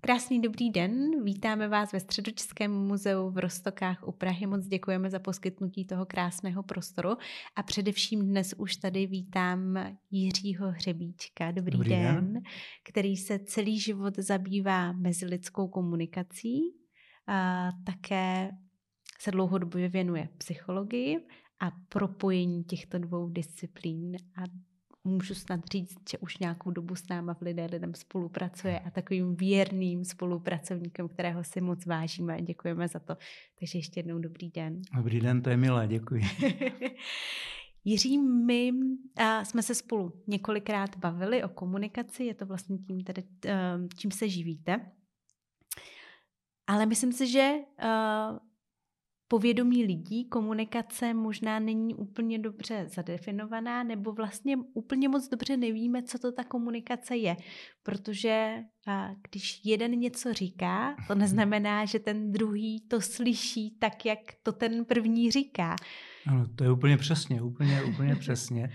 Krásný dobrý den, vítáme vás ve Středočeském muzeu v Roztokách u Prahy. Moc děkujeme za poskytnutí toho krásného prostoru a především dnes už tady vítám Jiřího Hřebíčka. Dobrý den, který se celý život zabývá mezilidskou komunikací a také se dlouhodobě věnuje psychologii a propojení těchto dvou disciplín a můžu snad říct, že už nějakou dobu s náma v lidem spolupracuje a takovým věrným spolupracovníkem, kterého si moc vážíme a děkujeme za to. Takže ještě jednou dobrý den. Dobrý den, to je milé, děkuji. Jiří, my jsme se spolu několikrát bavili o komunikaci, je to vlastně tím, tedy, čím se živíte. Ale myslím si, že povědomí lidí komunikace možná není úplně dobře zadefinovaná, nebo vlastně úplně moc dobře nevíme, co to ta komunikace je. Protože když jeden něco říká, to neznamená, že ten druhý to slyší tak, jak to ten první říká. Ano, to je úplně přesně, úplně přesně.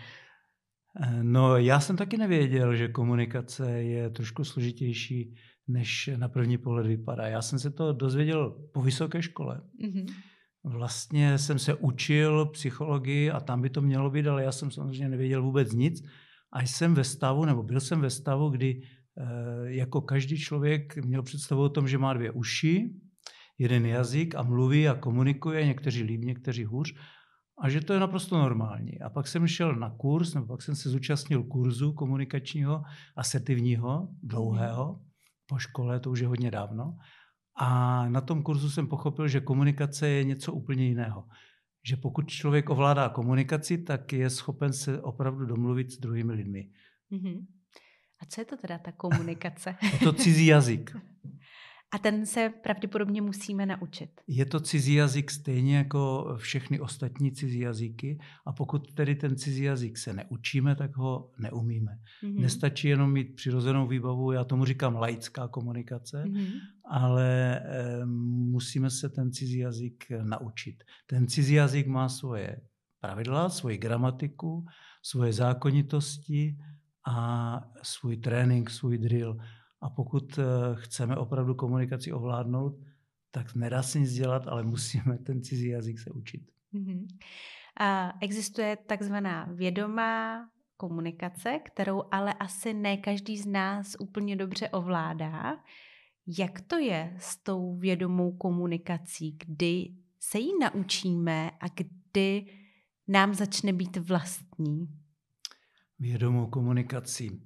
No, já jsem taky nevěděl, že komunikace je trošku složitější, než na první pohled vypadá. Já jsem se to dozvěděl po vysoké škole. Mm-hmm. Vlastně jsem se učil psychologii a tam by to mělo být, ale já jsem samozřejmě nevěděl vůbec nic. A jsem ve stavu, nebo byl jsem ve stavu, kdy jako každý člověk měl představu o tom, že má dvě uši, jeden jazyk a mluví a komunikuje, někteří líp, někteří hůř, a že to je naprosto normální. A pak jsem šel na kurz, nebo pak jsem se zúčastnil kurzu komunikačního, asertivního, dlouhého, po škole, to už je hodně dávno. A na tom kurzu jsem pochopil, že komunikace je něco úplně jiného. Že pokud člověk ovládá komunikaci, tak je schopen se opravdu domluvit s druhými lidmi. Mm-hmm. A co je to teda ta komunikace? Je to cizí jazyk. A ten se pravděpodobně musíme naučit. Je to cizí jazyk stejně jako všechny ostatní cizí jazyky a pokud tedy ten cizí jazyk se neučíme, tak ho neumíme. Mm-hmm. Nestačí jenom mít přirozenou výbavu, já tomu říkám laická komunikace, ale musíme se ten cizí jazyk naučit. Ten cizí jazyk má svoje pravidla, svoji gramatiku, svoje zákonitosti a svůj trénink, svůj drill. A pokud chceme opravdu komunikaci ovládnout, tak nedá se nic dělat, ale musíme ten cizí jazyk se učit. Mm-hmm. A existuje takzvaná vědomá komunikace, kterou ale asi ne každý z nás úplně dobře ovládá. Jak to je s tou vědomou komunikací, kdy se jí naučíme a kdy nám začne být vlastní? Vědomou komunikací.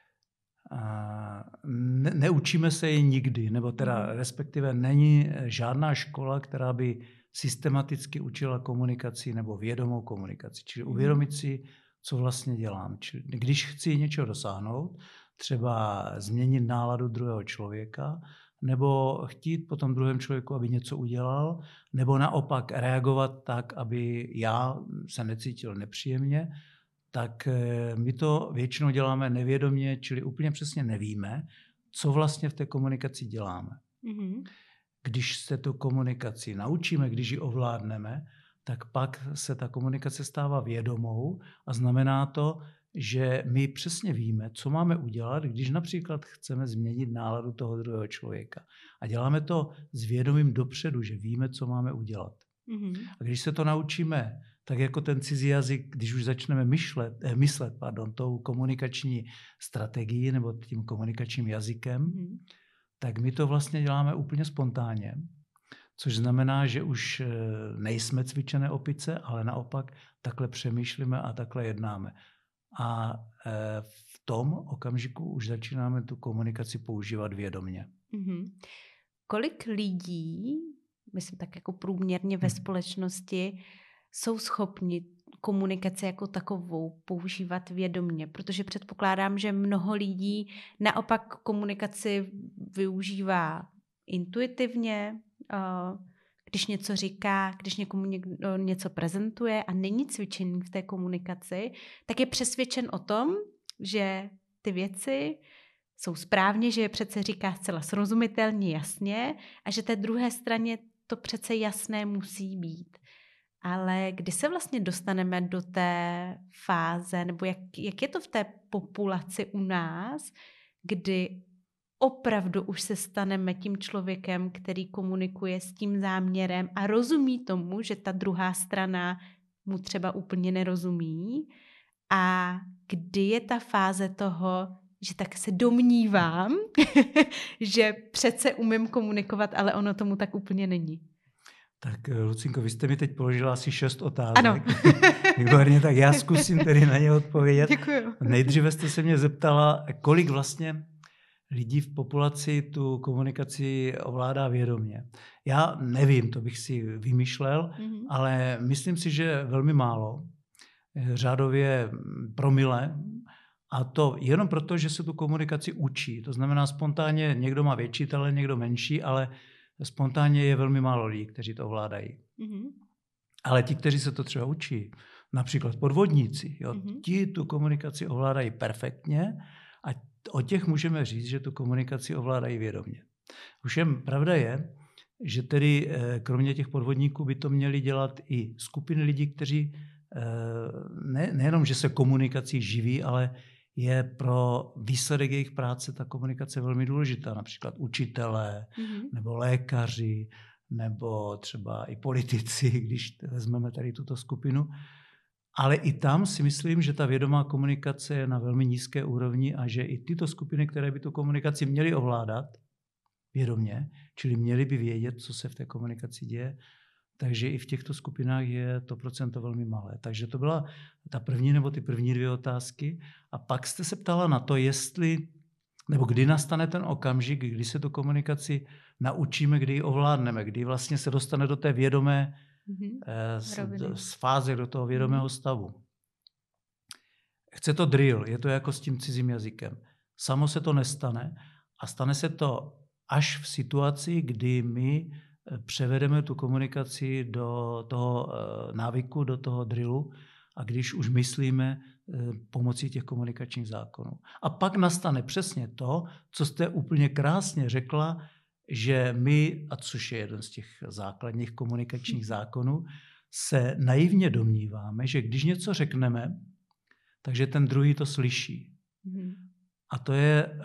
Neučíme se ji nikdy, nebo teda respektive není žádná škola, která by systematicky učila komunikaci nebo vědomou komunikaci. Čili uvědomit si, co vlastně dělám. Čili když chci něčeho dosáhnout, třeba změnit náladu druhého člověka, nebo chtít po tom druhém člověku, aby něco udělal, nebo naopak reagovat tak, aby já se necítil nepříjemně, tak my to většinou děláme nevědomě, čili úplně přesně nevíme, co vlastně v té komunikaci děláme. Mm-hmm. Když se tu komunikaci naučíme, když ji ovládneme, tak pak se ta komunikace stává vědomou a znamená to, že my přesně víme, co máme udělat, když například chceme změnit náladu toho druhého člověka. A děláme to s vědomím dopředu, že víme, co máme udělat. Mm-hmm. A když se to naučíme, tak jako ten cizí jazyk, když už začneme myslet tou komunikační strategií nebo tím komunikačním jazykem, tak my to vlastně děláme úplně spontánně. Což znamená, že už nejsme cvičené opice, ale naopak takhle přemýšlíme a takhle jednáme. A v tom okamžiku už začínáme tu komunikaci používat vědomě. Mm-hmm. Kolik lidí, myslím tak jako průměrně ve společnosti, jsou schopni komunikaci jako takovou používat vědomě, protože předpokládám, že mnoho lidí naopak komunikaci využívá intuitivně, když něco říká, když někomu někdo něco prezentuje a není cvičený v té komunikaci, tak je přesvědčen o tom, že ty věci jsou správně, že je přece říká zcela srozumitelně, jasně a že té druhé straně to přece jasné musí být. Ale kdy se vlastně dostaneme do té fáze, nebo jak je to v té populaci u nás, kdy opravdu už se staneme tím člověkem, který komunikuje s tím záměrem a rozumí tomu, že ta druhá strana mu třeba úplně nerozumí. A kdy je ta fáze toho, že tak se domnívám, že přece umím komunikovat, ale ono tomu tak úplně není. Tak Lucinko, vy jste mi teď položila asi 6 otázek. Ano. Výborně, tak já zkusím tedy na ně odpovědět. Děkuju. Nejdříve jste se mě zeptala, kolik vlastně lidí v populaci tu komunikaci ovládá vědomě. Já nevím, to bych si vymýšlel, ale myslím si, že velmi málo, řádově promile, a to jenom proto, že se tu komunikaci učí. To znamená spontánně, někdo má větší talent, někdo menší, ale spontánně je velmi málo lidí, kteří to ovládají. Ale ti, kteří se to třeba učí, například podvodníci, jo, ti tu komunikaci ovládají perfektně a o těch můžeme říct, že tu komunikaci ovládají vědomě. Ovšem pravda je, že tedy kromě těch podvodníků by to měli dělat i skupiny lidí, kteří nejenom, že se komunikací živí, ale je pro výsledek jejich práce ta komunikace velmi důležitá. Například učitelé, nebo lékaři, nebo třeba i politici, když vezmeme tady tuto skupinu. Ale i tam si myslím, že ta vědomá komunikace je na velmi nízké úrovni a že i tyto skupiny, které by tu komunikaci měly ovládat vědomě, čili měly by vědět, co se v té komunikaci děje, takže i v těchto skupinách je to procento velmi malé. Takže to byla ta první nebo ty první 2 otázky. A pak jste se ptala na to, jestli, nebo kdy nastane ten okamžik, kdy se tu komunikaci naučíme, kdy ji ovládneme, kdy vlastně se dostane do té vědomé z fáze, do toho vědomého stavu. Chce to drill, je to jako s tím cizím jazykem. Samo se to nestane a stane se to až v situaci, kdy my převedeme tu komunikaci do toho návyku, do toho drillu a když už myslíme pomocí těch komunikačních zákonů. A pak nastane přesně to, co jste úplně krásně řekla, že my, a což je jeden z těch základních komunikačních zákonů, se naivně domníváme, že když něco řekneme, takže ten druhý to slyší. A to je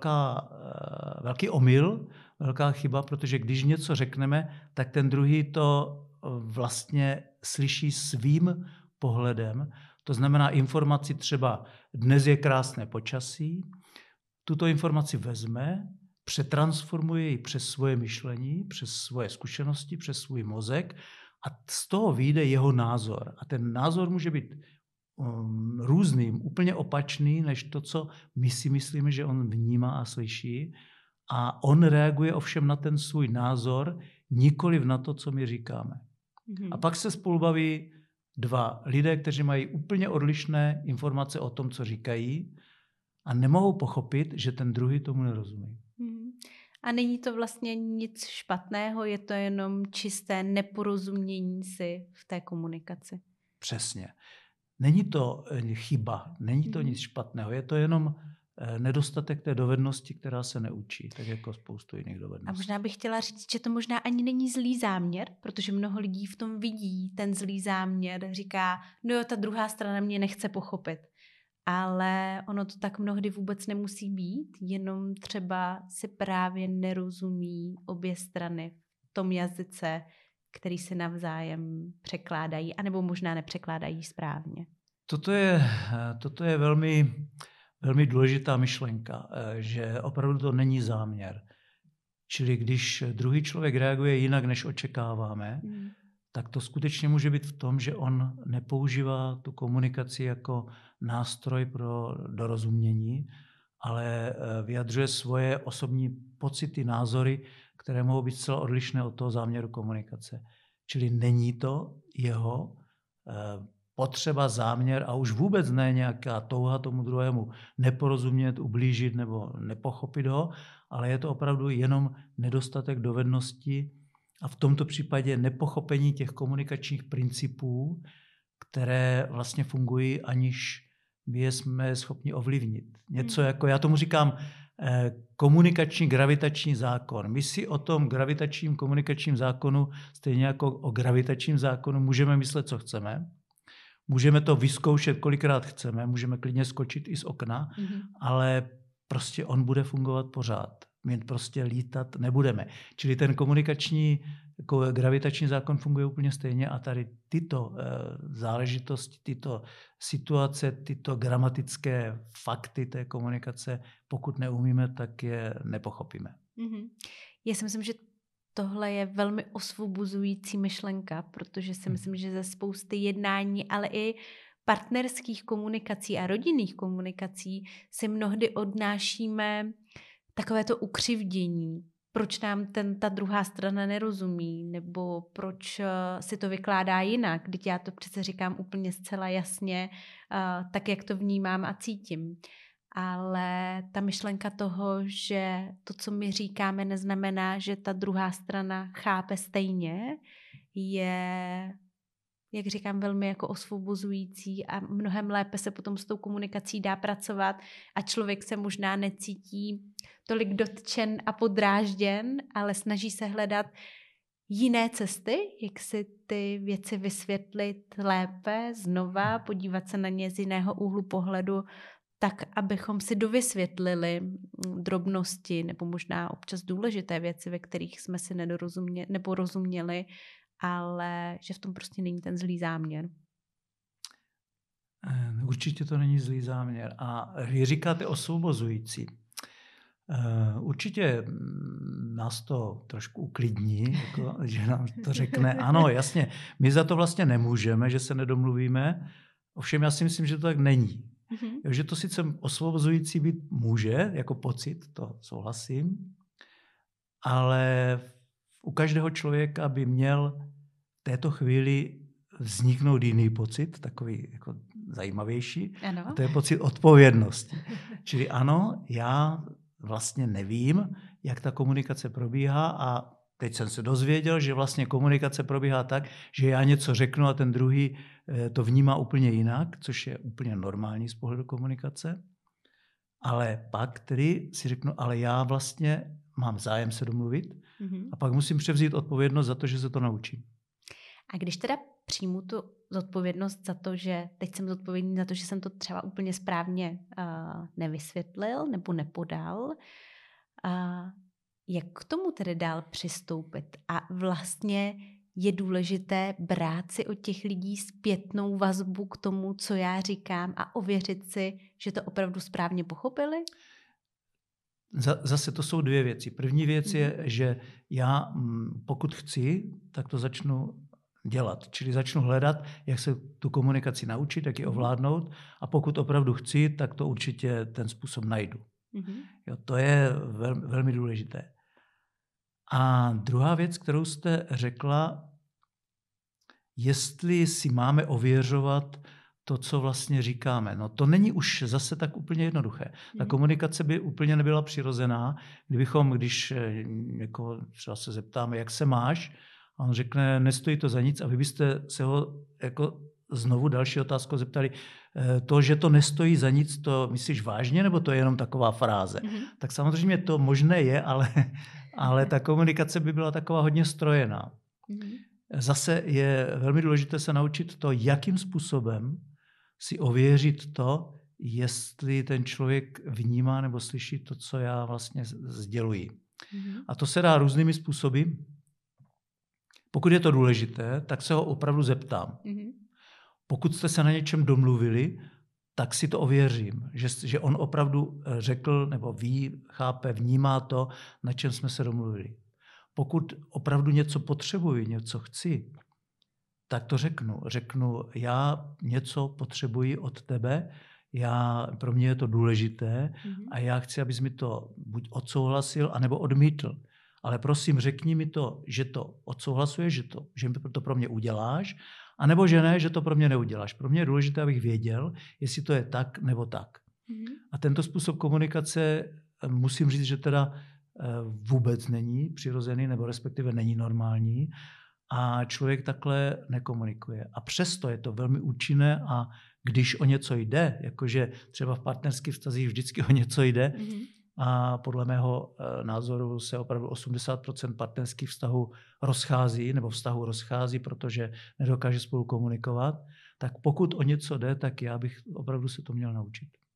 velký omyl, velká chyba, protože když něco řekneme, tak ten druhý to vlastně slyší svým pohledem. To znamená informaci třeba dnes je krásné počasí, tuto informaci vezme, přetransformuje ji přes svoje myšlení, přes svoje zkušenosti, přes svůj mozek a z toho vyjde jeho názor. A ten názor může být různým, úplně opačný, než to, co my si myslíme, že on vnímá a slyší. A on reaguje ovšem na ten svůj názor, nikoliv na to, co my říkáme. A pak se spolu baví 2 lidé, kteří mají úplně odlišné informace o tom, co říkají a nemohou pochopit, že ten druhý tomu nerozumí. A není to vlastně nic špatného, je to jenom čisté neporozumění si v té komunikaci. Přesně. Není to chyba, není to nic špatného, je to jenom nedostatek té dovednosti, která se neučí, tak jako spoustu jiných dovedností. A možná bych chtěla říct, že to možná ani není zlý záměr, protože mnoho lidí v tom vidí ten zlý záměr, říká, no jo, ta druhá strana mě nechce pochopit. Ale ono to tak mnohdy vůbec nemusí být, jenom třeba si právě nerozumí obě strany v tom jazyce, který si navzájem překládají, anebo možná nepřekládají správně. Toto je velmi, velmi důležitá myšlenka, že opravdu to není záměr. Čili když druhý člověk reaguje jinak, než očekáváme, tak to skutečně může být v tom, že on nepoužívá tu komunikaci jako nástroj pro dorozumění, ale vyjadřuje svoje osobní pocity, názory, které mohou být zcela odlišné od toho záměru komunikace. Čili není to jeho potřeba, záměr a už vůbec ne nějaká touha tomu druhému neporozumět, ublížit nebo nepochopit ho, ale je to opravdu jenom nedostatek dovedností a v tomto případě nepochopení těch komunikačních principů, které vlastně fungují, aniž my je jsme schopni ovlivnit. Něco jako, já tomu říkám, komunikační gravitační zákon. My si o tom gravitačním komunikačním zákonu, stejně jako o gravitačním zákonu, můžeme myslet, co chceme. Můžeme to vyzkoušet, kolikrát chceme, můžeme klidně skočit i z okna, ale prostě on bude fungovat pořád. My prostě lítat nebudeme. Čili ten komunikační, gravitační zákon funguje úplně stejně a tady tyto záležitosti, tyto situace, tyto gramatické fakty té komunikace, pokud neumíme, tak je nepochopíme. Mm-hmm. Já si myslím, že tohle je velmi osvobozující myšlenka, protože si myslím, že ze spousty jednání, ale i partnerských komunikací a rodinných komunikací si mnohdy odnášíme takové to ukřivdění, proč nám ta druhá strana nerozumí, nebo proč si to vykládá jinak, když já to přece říkám úplně zcela jasně, tak jak to vnímám a cítím. Ale ta myšlenka toho, že to, co my říkáme, neznamená, že ta druhá strana chápe stejně, je, jak říkám, velmi jako osvobozující a mnohem lépe se potom s tou komunikací dá pracovat a člověk se možná necítí tolik dotčen a podrážděn, ale snaží se hledat jiné cesty, jak si ty věci vysvětlit lépe, znova, podívat se na ně z jiného úhlu pohledu, tak, abychom si dovysvětlili drobnosti nebo možná občas důležité věci, ve kterých jsme si neporozuměli, ale že v tom prostě není ten zlý záměr. Určitě to není zlý záměr. A vy říkáte osvobozující. Určitě nás to trošku uklidní, jako, že nám to řekne, ano, jasně, my za to vlastně nemůžeme, že se nedomluvíme, ovšem já si myslím, že to tak není. Mm-hmm. Že to sice osvobozující být může, jako pocit, to souhlasím, ale u každého člověka by měl v této chvíli vzniknout jiný pocit, takový jako zajímavější, ano. A to je pocit odpovědnosti. Čili ano, já vlastně nevím, jak ta komunikace probíhá a teď jsem se dozvěděl, že vlastně komunikace probíhá tak, že já něco řeknu a ten druhý to vnímá úplně jinak, což je úplně normální z pohledu komunikace. Ale pak tedy si řeknu, ale já vlastně mám zájem se domluvit a pak musím převzít odpovědnost za to, že se to naučím. A když teda přijmu tu zodpovědnost za to, že teď jsem zodpovědný za to, že jsem to třeba úplně správně nevysvětlil nebo nepodal, jak k tomu tedy dál přistoupit? A vlastně je důležité brát si od těch lidí zpětnou vazbu k tomu, co já říkám a ověřit si, že to opravdu správně pochopili? Zase to jsou dvě věci. První věc je, že já pokud chci, tak to začnu dělat. Čili začnu hledat, jak se tu komunikaci naučit, jak ji ovládnout a pokud opravdu chci, tak to určitě ten způsob najdu. Jo, to je velmi důležité. A druhá věc, kterou jste řekla, jestli si máme ověřovat to, co vlastně říkáme. No to není už zase tak úplně jednoduché. Ta komunikace by úplně nebyla přirozená, když jako třeba se zeptáme, jak se máš, a on řekne, nestojí to za nic a vy byste se ho jako znovu další otázku zeptali, to, že to nestojí za nic, to myslíš vážně, nebo to je jenom taková fráze? Tak samozřejmě to možné je, ale ta komunikace by byla taková hodně strojená. Zase je velmi důležité se naučit to, jakým způsobem si ověřit to, jestli ten člověk vnímá nebo slyší to, co já vlastně sděluji. A to se dá různými způsoby. Pokud je to důležité, tak se ho opravdu zeptám. Pokud jste se na něčem domluvili, tak si to ověřím, že on opravdu řekl nebo ví, chápe, vnímá to, na čem jsme se domluvili. Pokud opravdu něco potřebuji, něco chci, tak to řeknu. Řeknu, já něco potřebuji od tebe, pro mě je to důležité a já chci, abys mi to buď odsouhlasil, anebo odmítl. Ale prosím, řekni mi to, že to odsouhlasuješ, že to pro mě uděláš, anebo že ne, že to pro mě neuděláš. Pro mě je důležité, abych věděl, jestli to je tak nebo tak. A tento způsob komunikace, musím říct, že teda vůbec není přirozený, nebo respektive není normální a člověk takhle nekomunikuje. A přesto je to velmi účinné a když o něco jde, jakože třeba v partnerských vztazích vždycky o něco jde, a podle mého názoru se opravdu 80% partnerských vztahů rozchází, protože nedokáže spolu komunikovat, tak pokud o něco jde, tak já bych opravdu se to měl naučit.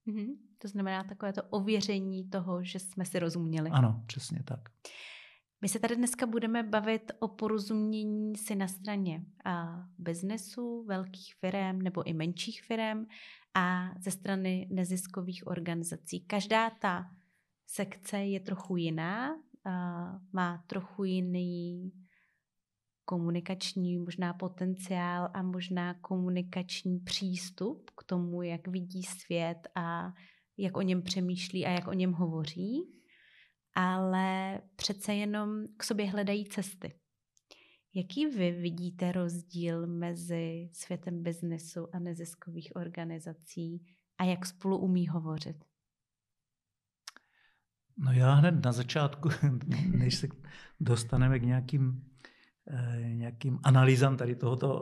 To znamená takové to ověření toho, že jsme si rozuměli. Ano, přesně tak. My se tady dneska budeme bavit o porozumění si na straně biznesu, velkých firem nebo i menších firem a ze strany neziskových organizací. Každá ta sekce je trochu jiná, má trochu jiný komunikační možná potenciál a možná komunikační přístup k tomu, jak vidí svět a jak o něm přemýšlí a jak o něm hovoří, ale přece jenom k sobě hledají cesty. Jaký vy vidíte rozdíl mezi světem biznesu a neziskových organizací a jak spolu umí hovořit? No já hned na začátku, než se dostaneme k nějakým analýzám tady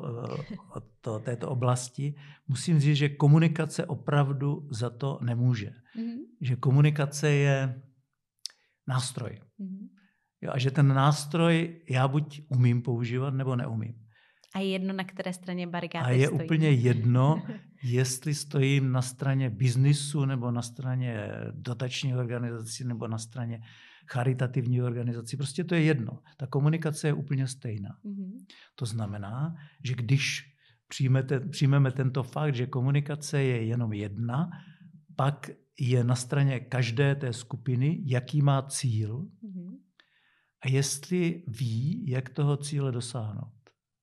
této oblasti, musím říct, že komunikace opravdu za to nemůže. Že komunikace je nástroj. Jo, a že ten nástroj já buď umím používat, nebo neumím. A je jedno, na které straně barikády stojí. A je stojí. úplně jedno, jestli stojím na straně biznisu, nebo na straně dotační organizací, nebo na straně charitativní organizací. Prostě to je jedno. Ta komunikace je úplně stejná. To znamená, že když přijmeme tento fakt, že komunikace je jenom jedna, pak je na straně každé té skupiny, jaký má cíl a jestli ví, jak toho cíle dosáhnout.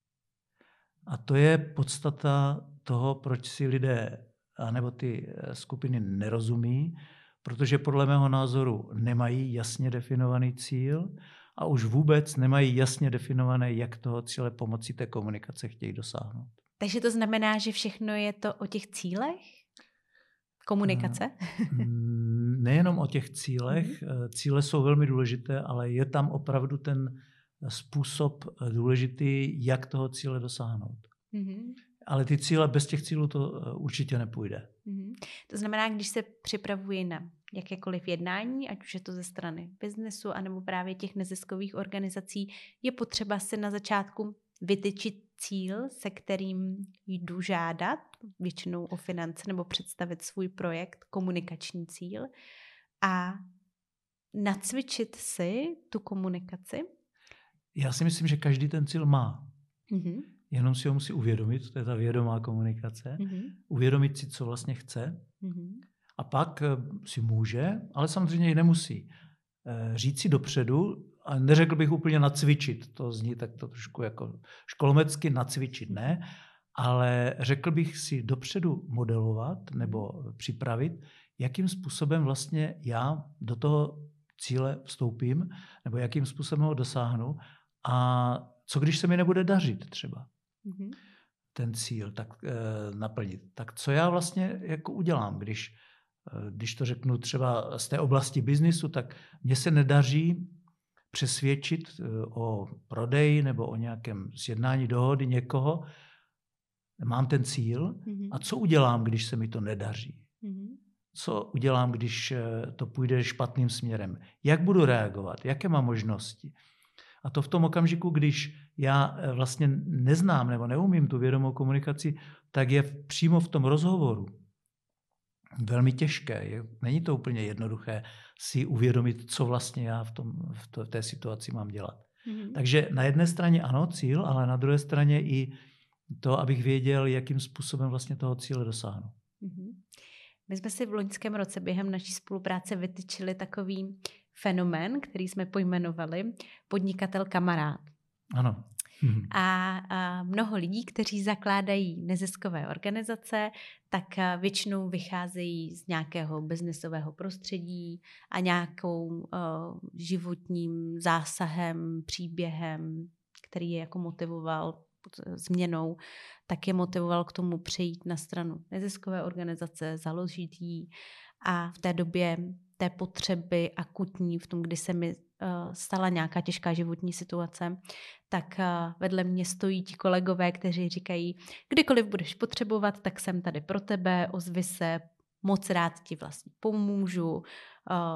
A to je podstata toho, proč si lidé anebo ty skupiny nerozumí, protože podle mého názoru nemají jasně definovaný cíl a už vůbec nemají jasně definované, jak toho cíle pomocí té komunikace chtějí dosáhnout. Takže to znamená, že všechno je to o těch cílech? Komunikace? Nejenom o těch cílech. Cíle jsou velmi důležité, ale je tam opravdu ten způsob důležitý, jak toho cíle dosáhnout. Ale ty cíle, bez těch cílů to určitě nepůjde. To znamená, když se připravuji na jakékoliv jednání, ať už je to ze strany biznesu, anebo právě těch neziskových organizací, je potřeba si na začátku vytyčit cíl, se kterým jdu žádat, většinou o finance, nebo představit svůj projekt, komunikační cíl a nacvičit si tu komunikaci. Já si myslím, že každý ten cíl má. Jenom si ho musí uvědomit, to je ta vědomá komunikace, uvědomit si, co vlastně chce a pak si může, ale samozřejmě i nemusí říct si dopředu, a neřekl bych úplně nacvičit, to zní tak to trošku jako školmecky nacvičit, ne, ale řekl bych si dopředu modelovat nebo připravit, jakým způsobem vlastně já do toho cíle vstoupím nebo jakým způsobem ho dosáhnu a co když se mi nebude dařit třeba ten cíl tak naplnit. Tak co já vlastně jako udělám, když to řeknu třeba z té oblasti biznisu, tak mně se nedaří přesvědčit o prodeji nebo o nějakém sjednání dohody někoho, mám ten cíl a co udělám, když se mi to nedaří? Co udělám, když to půjde špatným směrem? Jak budu reagovat? Jaké mám možnosti? A to v tom okamžiku, když já vlastně neznám nebo neumím tu vědomou komunikaci, tak je přímo v tom rozhovoru velmi těžké. Není to úplně jednoduché si uvědomit, co vlastně já v té situaci mám dělat. Takže na jedné straně ano, cíl, ale na druhé straně i to, abych věděl, jakým způsobem vlastně toho cíle dosáhnu. My jsme si v loňském roce během naší spolupráce vytyčili takový fenomén, který jsme pojmenovali podnikatel kamarád. Ano. A mnoho lidí, kteří zakládají neziskové organizace, tak většinou vycházejí z nějakého biznesového prostředí a nějakou životním zásahem, příběhem, který je jako motivoval změnou, tak je motivoval k tomu přejít na stranu neziskové organizace, založit ji a v té době té potřeby akutní, v tom, kdy se mi stala nějaká těžká životní situace, tak vedle mě stojí ti kolegové, kteří říkají, kdykoliv budeš potřebovat, tak jsem tady pro tebe, ozvi se, moc rád ti vlastně pomůžu,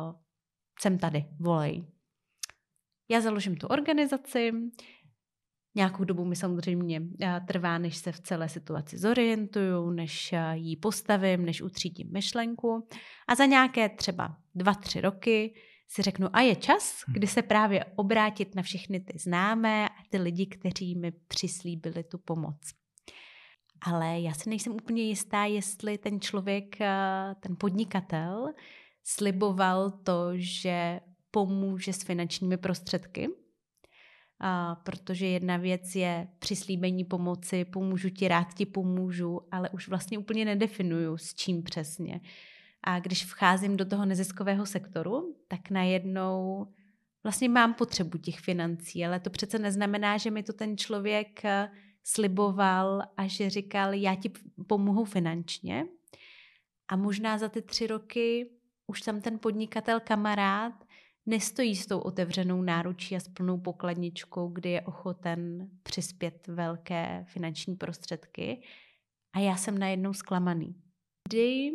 jsem tady, volej. Já založím tu organizaci, Nějakou dobu mi samozřejmě trvá, než se v celé situaci zorientuju, než ji postavím, než utřídím myšlenku. A za nějaké třeba 2-3 roky si řeknu, a je čas, kdy se právě obrátit na všechny ty známé a ty lidi, kteří mi přislíbili tu pomoc. Ale já si nejsem úplně jistá, jestli ten člověk, ten podnikatel, sliboval to, že pomůže s finančními prostředky. Protože jedna věc je přislíbení pomoci, pomůžu ti, rád ti pomůžu, ale už vlastně úplně nedefinuju, s čím přesně. A když vcházím do toho neziskového sektoru, tak najednou vlastně mám potřebu těch financí, ale to přece neznamená, že mi to ten člověk sliboval a že říkal, já ti pomohu finančně. A možná za ty 3 roky už tam ten podnikatel kamarád nestojí s tou otevřenou náručí a s plnou pokladničkou, kdy je ochoten přispět velké finanční prostředky. A já jsem najednou zklamaný. Kdy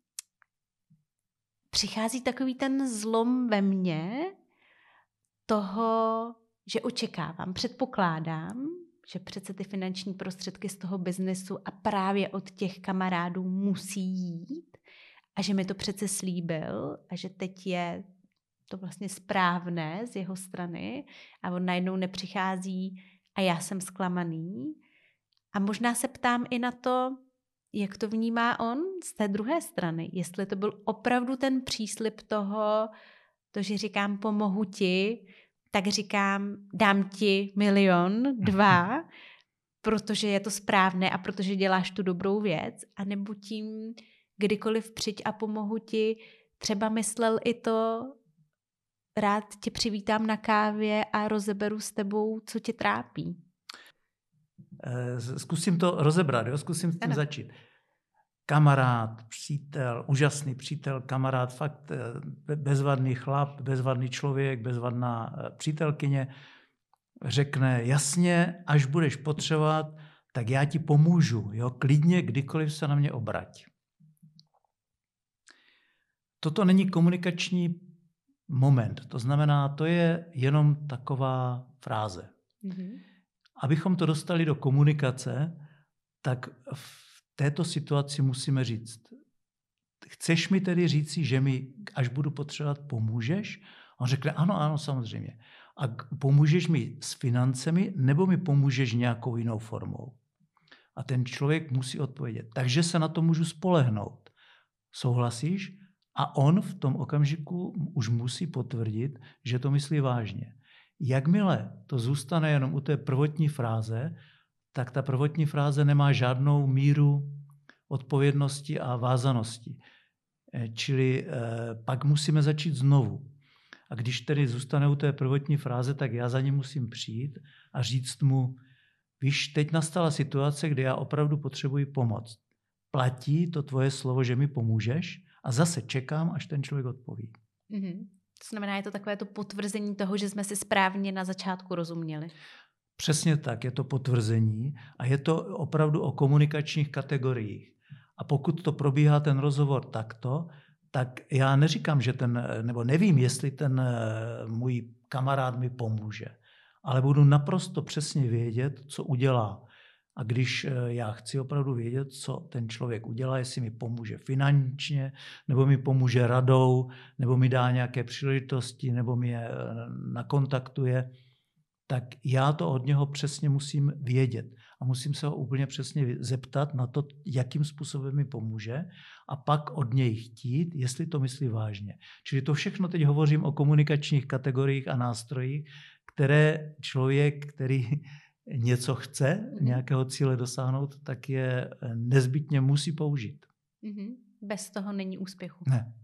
přichází takový ten zlom ve mně toho, že očekávám, předpokládám, že přece ty finanční prostředky z toho biznesu a právě od těch kamarádů musí jít a že mi to přece slíbil a že teď je to vlastně správné z jeho strany a on najednou nepřichází a já jsem zklamaný. A možná se ptám i na to, jak to vnímá on z té druhé strany. Jestli to byl opravdu ten příslib toho, že říkám pomohu ti, tak říkám dám ti 1 000 000, 2, protože je to správné a protože děláš tu dobrou věc, anebo tím kdykoliv přijď a pomohu ti, třeba myslel i to, rád tě přivítám na kávě a rozeberu s tebou, co tě trápí. Zkusím to rozebrat, jo? Zkusím s tím začít. Kamarád, přítel, úžasný přítel, kamarád, fakt bezvadný chlap, bezvadný člověk, bezvadná přítelkyně, řekne jasně, až budeš potřebovat, tak já ti pomůžu, jo? Klidně, kdykoliv se na mě obrať. Toto není komunikační moment, to znamená, to je jenom taková fráze. Mm-hmm. Abychom to dostali do komunikace, tak v této situaci musíme říct, chceš mi tedy říci, že mi, až budu potřebovat, pomůžeš? On řekne, ano, samozřejmě. A pomůžeš mi s financemi, nebo mi pomůžeš nějakou jinou formou? A ten člověk musí odpovědět. Takže se na to můžu spolehnout. Souhlasíš? A on v tom okamžiku už musí potvrdit, že to myslí vážně. Jakmile to zůstane jenom u té prvotní fráze, tak ta prvotní fráze nemá žádnou míru odpovědnosti a vázanosti. Čili pak musíme začít znovu. A když tedy zůstane u té prvotní fráze, tak já za ním musím přijít a říct mu, víš, teď nastala situace, kdy já opravdu potřebuji pomoc. Platí to tvoje slovo, že mi pomůžeš? A zase čekám, až ten člověk odpoví. Mm-hmm. To znamená, je to takové to potvrzení toho, že jsme si správně na začátku rozuměli. Přesně tak, je to potvrzení a je to opravdu o komunikačních kategoriích. A pokud to probíhá ten rozhovor takto, tak já neříkám, nebo nevím, jestli ten můj kamarád mi pomůže, ale budu naprosto přesně vědět, co udělá. A když já chci opravdu vědět, co ten člověk udělá, jestli mi pomůže finančně, nebo mi pomůže radou, nebo mi dá nějaké příležitosti, nebo mi je nakontaktuje, tak já to od něho přesně musím vědět. A musím se ho úplně přesně zeptat na to, jakým způsobem mi pomůže a pak od něj chtít, jestli to myslí vážně. Čili to všechno teď hovořím o komunikačních kategoriích a nástrojích, které člověk, který něco chce, nějakého cíle dosáhnout, tak je nezbytně musí použít. Bez toho není úspěchu. Ne.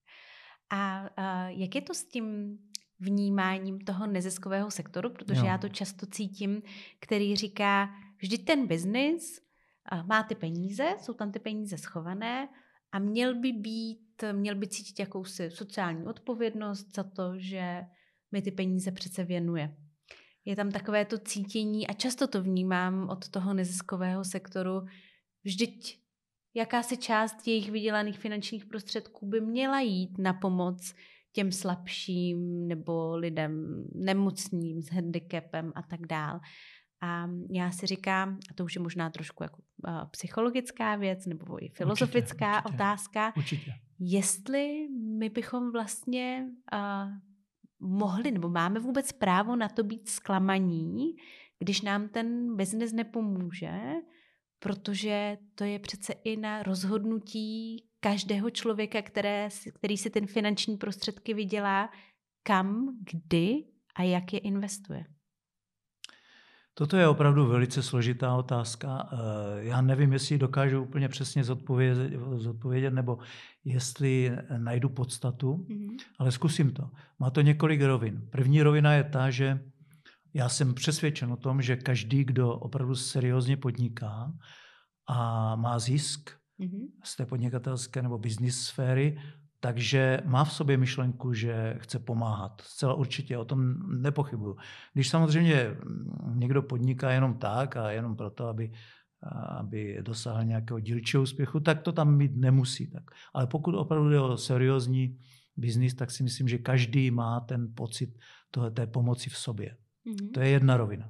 A jak je to s tím vnímáním toho neziskového sektoru, protože já to často cítím, který říká, vždyť ten biznis má ty peníze, jsou tam ty peníze schované a měl by cítit jakousi sociální odpovědnost za to, že mi ty peníze přece věnuje. Je tam takové to cítění a často to vnímám od toho neziskového sektoru, vždyť jakási část jejich vydělaných finančních prostředků by měla jít na pomoc těm slabším nebo lidem nemocným s handicapem a tak dál. A já si říkám, a to už je možná trošku jako psychologická věc nebo i filozofická otázka, jestli my bychom vlastně mohli, nebo máme vůbec právo na to být zklamaní, když nám ten biznes nepomůže, protože to je přece i na rozhodnutí každého člověka, který si ten finanční prostředky vydělá, kam, kdy a jak je investuje. Toto je opravdu velice složitá otázka. Já nevím, jestli dokážu úplně přesně zodpovědět, nebo jestli najdu podstatu, ale zkusím to. Má to několik rovin. První rovina je ta, že já jsem přesvědčen o tom, že každý, kdo opravdu seriózně podniká a má zisk z té podnikatelské nebo business sféry, takže má v sobě myšlenku, že chce pomáhat. Zcela určitě, o tom nepochybuju. Když samozřejmě někdo podniká jenom tak a jenom proto, aby dosáhl nějakého dílčího úspěchu, tak to tam mít nemusí. Tak. Ale pokud opravdu jde o seriózní biznis, tak si myslím, že každý má ten pocit té pomoci v sobě. To je jedna rovina.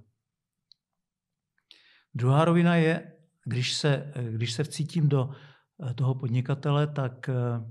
Druhá rovina je, když se vcítím do toho podnikatele, tak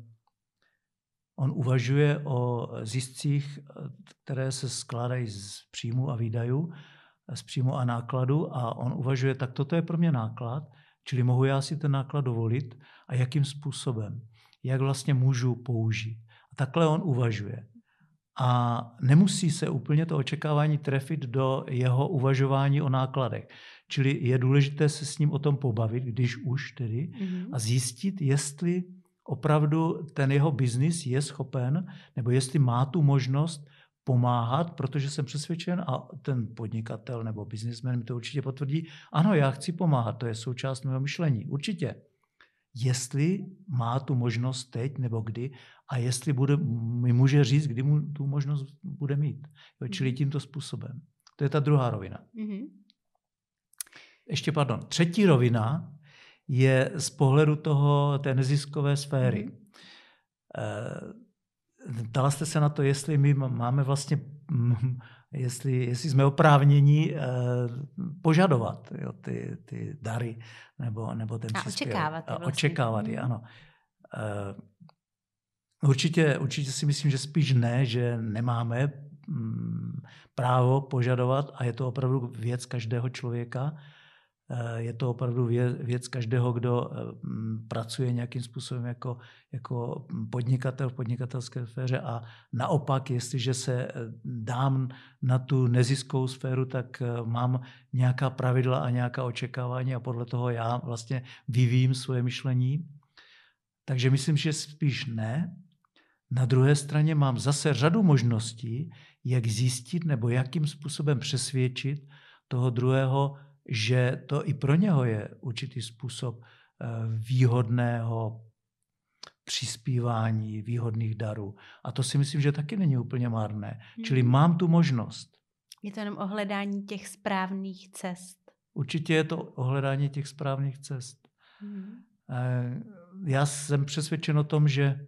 on uvažuje o ziscích, které se skládají z příjmu a výdajů, z příjmu a nákladu, a on uvažuje, tak toto je pro mě náklad, čili mohu já si ten náklad dovolit a jakým způsobem, jak vlastně můžu použít. A takhle on uvažuje. A nemusí se úplně to očekávání trefit do jeho uvažování o nákladech. Čili je důležité se s ním o tom pobavit, když už tedy, a zjistit, jestli opravdu ten jeho biznis je schopen, nebo jestli má tu možnost pomáhat, protože jsem přesvědčen, a ten podnikatel nebo biznismen mi to určitě potvrdí, ano, já chci pomáhat, to je součást mého myšlení, určitě. Jestli má tu možnost teď nebo kdy a jestli mi může říct, kdy mu tu možnost bude mít. Čili tímto způsobem. To je ta druhá rovina. Ještě, třetí rovina je z pohledu té neziskové sféry. Ptala jste se na to, jestli my máme vlastně, jestli jsme oprávněni požadovat ty dary nebo ten příspěvek. Očekávat je, ano. Určitě si myslím, že spíš ne, že nemáme právo požadovat, a je to opravdu věc každého člověka. Je to opravdu věc každého, kdo pracuje nějakým způsobem jako podnikatel v podnikatelské sféře, a naopak, jestliže se dám na tu neziskovou sféru, tak mám nějaká pravidla a nějaká očekávání a podle toho já vlastně vyvíjím svoje myšlení. Takže myslím, že spíš ne. Na druhé straně mám zase řadu možností, jak zjistit nebo jakým způsobem přesvědčit toho druhého, že to i pro něho je určitý způsob výhodného přispívání, výhodných darů. A to si myslím, že taky není úplně marné. Čili mám tu možnost. Je to jenom o hledání těch správných cest. Určitě je to o hledání těch správných cest. Já jsem přesvědčen o tom, že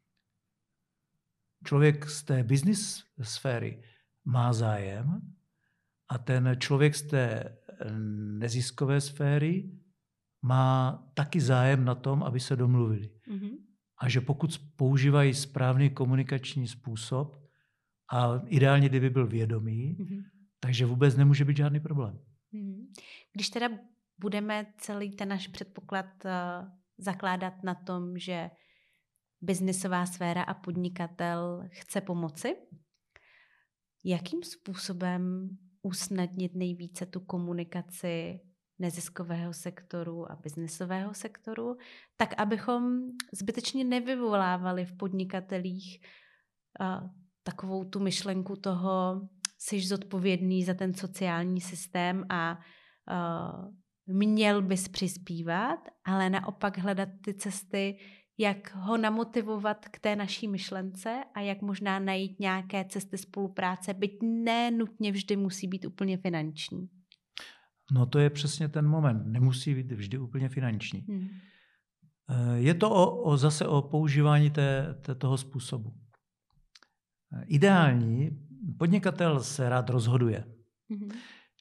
člověk z té business sféry má zájem a ten člověk z té neziskové sféry má taky zájem na tom, aby se domluvili. A že pokud používají správný komunikační způsob, a ideálně, kdyby byl vědomý, takže vůbec nemůže být žádný problém. Když teda budeme celý ten náš předpoklad zakládat na tom, že biznisová sféra a podnikatel chce pomoci, jakým způsobem usnadnit nejvíce tu komunikaci neziskového sektoru a biznesového sektoru, tak abychom zbytečně nevyvolávali v podnikatelích takovou tu myšlenku toho, jsi zodpovědný za ten sociální systém a měl bys přispívat, ale naopak hledat ty cesty, jak ho namotivovat k té naší myšlence a jak možná najít nějaké cesty spolupráce, byť ne nutně vždy musí být úplně finanční. No to je přesně ten moment. Nemusí být vždy úplně finanční. Je to zase o používání toho způsobu. Ideální, podnikatel se rád rozhoduje.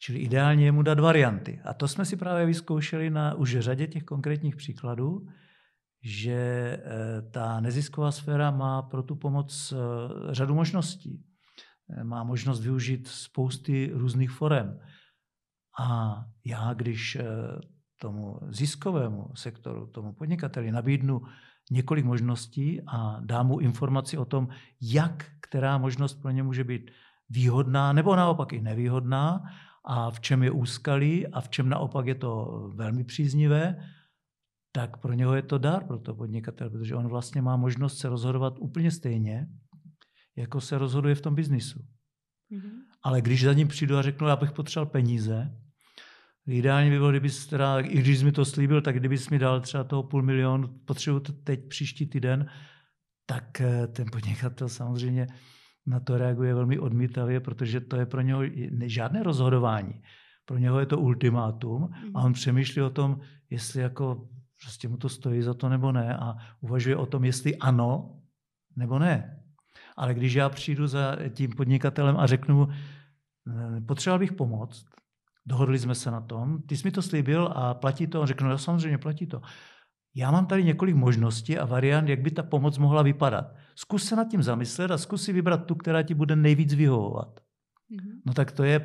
Čili ideálně je mu dát varianty. A to jsme si právě vyzkoušeli na už řadě těch konkrétních příkladů, že ta nezisková sféra má pro tu pomoc řadu možností. Má možnost využít spousty různých forem. A já, když tomu ziskovému sektoru, tomu podnikateli nabídnu několik možností a dám mu informaci o tom, jak která možnost pro ně může být výhodná nebo naopak i nevýhodná a v čem je úskalí a v čem naopak je to velmi příznivé, tak pro něho je to dar pro toho podnikatele, protože on vlastně má možnost se rozhodovat úplně stejně, jako se rozhoduje v tom biznisu. Mm-hmm. Ale když za ním přijdu a řeknu, já bych potřeboval peníze, ideálně by bylo, i když jsi mi to slíbil, tak kdybys mi dal třeba toho 500 000, potřebuji to teď příští týden, tak ten podnikatel samozřejmě na to reaguje velmi odmítavě, protože to je pro něho žádné rozhodování. Pro něho je to ultimátum a on přemýšlí o tom, jestli jako prostě mu to stojí za to nebo ne a uvažuje o tom, jestli ano nebo ne. Ale když já přijdu za tím podnikatelem a řeknu mu, potřeboval bych pomoct, dohodli jsme se na tom, ty jsi mi to slíbil a platí to, on řekne, no samozřejmě platí to. Já mám tady několik možností a variant, jak by ta pomoc mohla vypadat. Zkus se nad tím zamyslet a zkus si vybrat tu, která ti bude nejvíc vyhovovat. Mm-hmm. No tak to je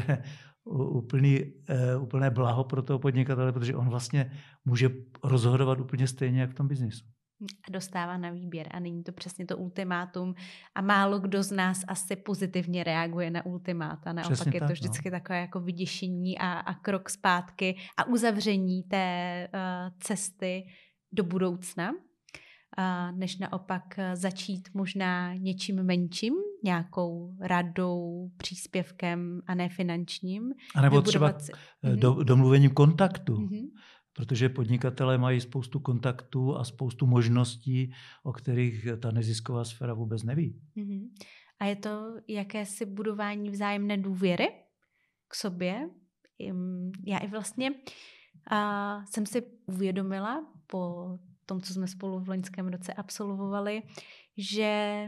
úplné blaho pro toho podnikatele, protože on vlastně může rozhodovat úplně stejně, jak v tom biznisu. A dostává na výběr a není to přesně to ultimátum a málo kdo z nás asi pozitivně reaguje na ultimáta. Naopak přesně je to vždycky takové jako vyděšení a krok zpátky a uzavření té cesty do budoucna, než naopak začít možná něčím menším, nějakou radou, příspěvkem a ne finančním. A nebo třeba domluvením kontaktu. Mm-hmm. Protože podnikatelé mají spoustu kontaktů a spoustu možností, o kterých ta nezisková sféra vůbec neví. Mm-hmm. A je to jakési budování vzájemné důvěry k sobě. Já i vlastně jsem si uvědomila po tom, co jsme spolu v loňském roce absolvovali, že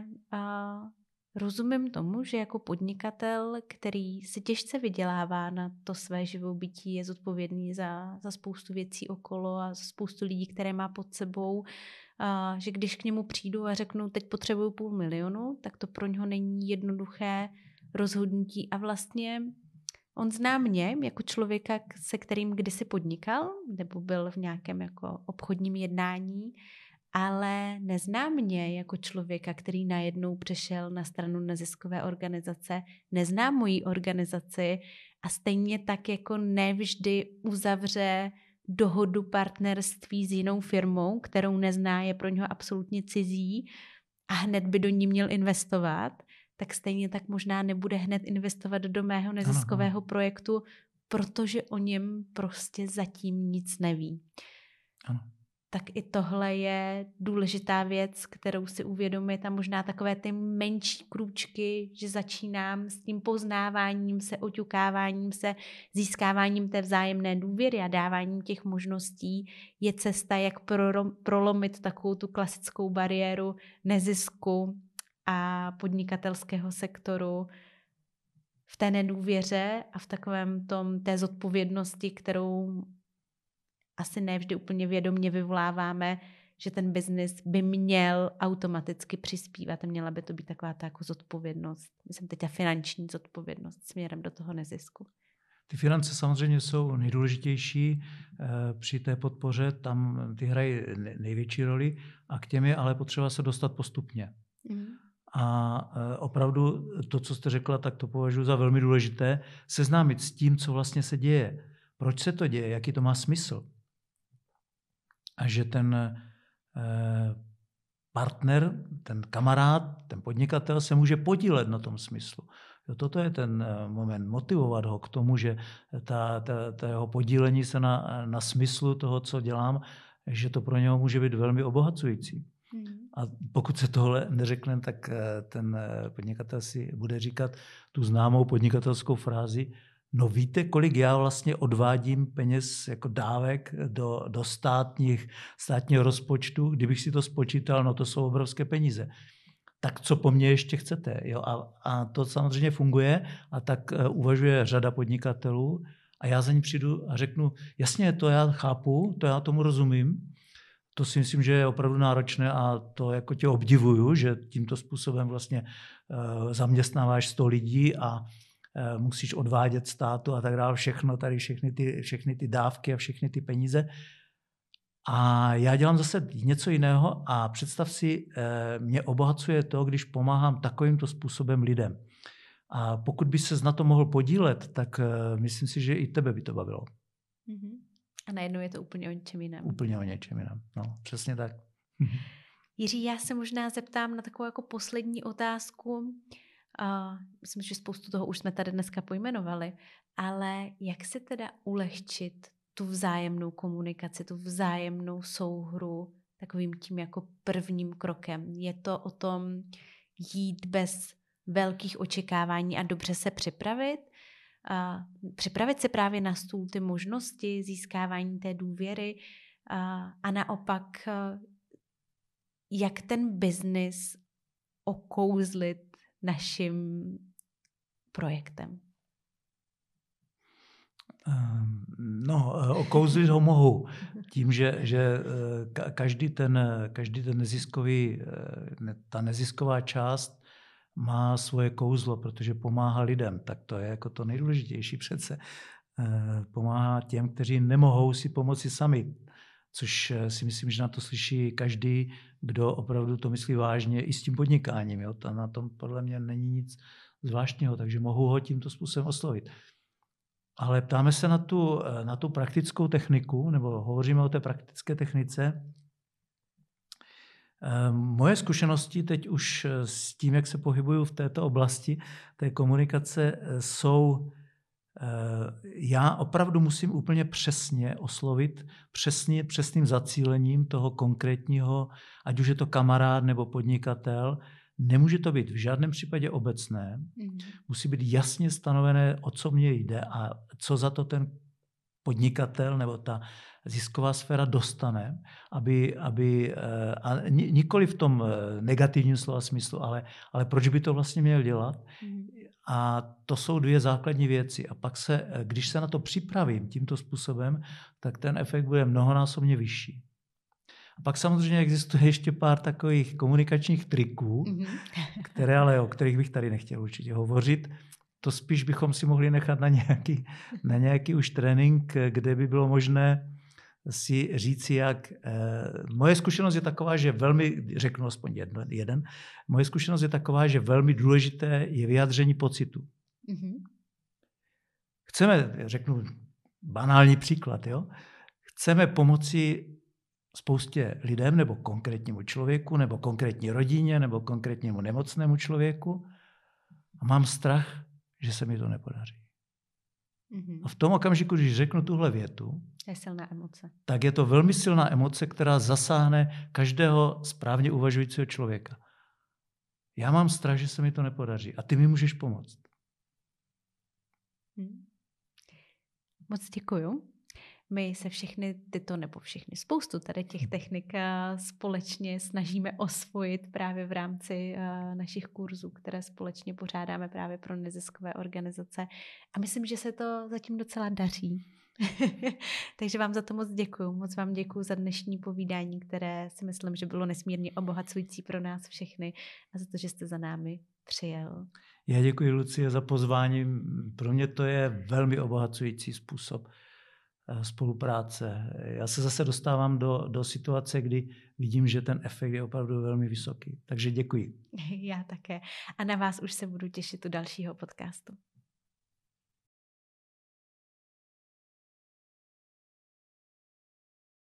rozumím tomu, že jako podnikatel, který se těžce vydělává na to své živobytí, je zodpovědný za spoustu věcí okolo a za spoustu lidí, které má pod sebou, že když k němu přijdu a řeknu, teď potřebuju 500 000, tak to pro něho není jednoduché rozhodnutí a vlastně on zná mě jako člověka, se kterým kdysi podnikal, nebo byl v nějakém jako obchodním jednání, ale nezná mě jako člověka, který najednou přešel na stranu neziskové organizace, nezná moji organizaci a stejně tak jako nevždy uzavře dohodu partnerství s jinou firmou, kterou nezná, je pro něho absolutně cizí a hned by do ní měl investovat, tak stejně tak možná nebude hned investovat do mého neziskového projektu, protože o něm prostě zatím nic neví. Ano. Tak i tohle je důležitá věc, kterou si uvědomit a možná takové ty menší krůčky, že začínám s tím poznáváním se, oťukáváním se, získáváním té vzájemné důvěry a dáváním těch možností je cesta, jak prolomit takovou tu klasickou bariéru nezisku a podnikatelského sektoru v té nedůvěře a v takovém té zodpovědnosti, kterou asi nevždy úplně vědomě vyvoláváme, že ten biznis by měl automaticky přispívat. Měla by to být taková ta jako zodpovědnost. Myslím teď finanční zodpovědnost směrem do toho nezisku. Ty finance samozřejmě jsou nejdůležitější při té podpoře, tam ty hrají největší roli a k těm je ale potřeba se dostat postupně. Mm. A opravdu to, co jste řekla, tak to považuji za velmi důležité, seznámit s tím, co vlastně se děje. Proč se to děje, jaký to má smysl. A že ten partner, ten kamarád, ten podnikatel se může podílet na tom smyslu. Toto je ten moment, motivovat ho k tomu, že ta jeho podílení se na smyslu toho, co dělám, že to pro něho může být velmi obohacující. A pokud se tohle neřekne, tak ten podnikatel si bude říkat tu známou podnikatelskou frázi, no víte, kolik já vlastně odvádím peněz jako dávek do státního rozpočtu, kdybych si to spočítal, no to jsou obrovské peníze. tak co po mně ještě chcete? Jo? A to samozřejmě funguje a tak uvažuje řada podnikatelů a já za ní přijdu a řeknu, jasně, to já chápu, to já tomu rozumím, to si myslím, že je opravdu náročné a to jako tě obdivuju, že tímto způsobem vlastně zaměstnáváš 100 lidí a musíš odvádět státu a tak dále, všechno tady, všechny ty dávky a všechny ty peníze. A já dělám zase něco jiného a představ si, mě obohacuje to, když pomáhám takovýmto způsobem lidem. A pokud by ses na to mohl podílet, tak myslím si, že i tebe by to bavilo. A najednou je to úplně o něčem jiném. Úplně o něčem jiném, no, přesně tak. Jiří, já se možná zeptám na takovou jako poslední otázku. Myslím, že spoustu toho už jsme tady dneska pojmenovali, ale jak se teda ulehčit tu vzájemnou komunikaci, tu vzájemnou souhru takovým tím jako prvním krokem? Je to o tom jít bez velkých očekávání a dobře se připravit? Připravit se právě na stůl ty možnosti získávání té důvěry a naopak jak ten biznis okouzlit naším projektem? No, okouzlit ho mohu tím, že každý ten neziskový, ta nezisková část má svoje kouzlo, protože pomáhá lidem. Tak to je jako to nejdůležitější přece. Pomáhá těm, kteří nemohou si pomoci sami. Což si myslím, že na to slyší každý, kdo opravdu to myslí vážně i s tím podnikáním. Jo? Na tom podle mě není nic zvláštního, takže mohu ho tímto způsobem oslovit. Ale ptáme se na tu praktickou techniku, nebo hovoříme o té praktické technice. Moje zkušenosti teď už s tím, jak se pohybuju v této oblasti té komunikace, jsou, já opravdu musím úplně přesně oslovit, přesným zacílením toho konkrétního, ať už je to kamarád nebo podnikatel. Nemůže to být v žádném případě obecné. Musí být jasně stanovené, o co mně jde a co za to ten podnikatel nebo ta zisková sféra dostane, a nikoli v tom negativním slova smyslu, ale proč by to vlastně měl dělat. A to jsou dvě základní věci. A pak když se na to připravím tímto způsobem, tak ten efekt bude mnohonásobně vyšší. A pak samozřejmě existuje ještě pár takových komunikačních triků, o kterých bych tady nechtěl určitě hovořit. To spíš bychom si mohli nechat na nějaký už trénink, kde by bylo možné si říci, jak... Moje zkušenost je taková, že řeknu aspoň jeden, moje zkušenost je taková, že velmi důležité je vyjádření pocitu. Řeknu banální příklad, jo? Chceme pomoci spoustě lidem, nebo konkrétnímu člověku, nebo konkrétní rodině, nebo konkrétnímu nemocnému člověku a mám strach, že se mi to nepodaří. A v tom okamžiku, když řeknu tuhle větu, je silná emoce. Tak je to velmi silná emoce, která zasáhne každého správně uvažujícího člověka. Já mám strach, že se mi to nepodaří a ty mi můžeš pomoct. Moc děkuju. My se spoustu tady těch technik společně snažíme osvojit právě v rámci našich kurzů, které společně pořádáme právě pro neziskové organizace. A myslím, že se to zatím docela daří. Takže vám za to moc děkuju. Moc vám děkuju za dnešní povídání, které si myslím, že bylo nesmírně obohacující pro nás všechny a za to, že jste za námi přijel. Já děkuji, Lucie, za pozvání. Pro mě to je velmi obohacující způsob spolupráce. Já se zase dostávám do situace, kdy vidím, že ten efekt je opravdu velmi vysoký. Takže děkuji. Já také. A na vás už se budu těšit u dalšího podcastu.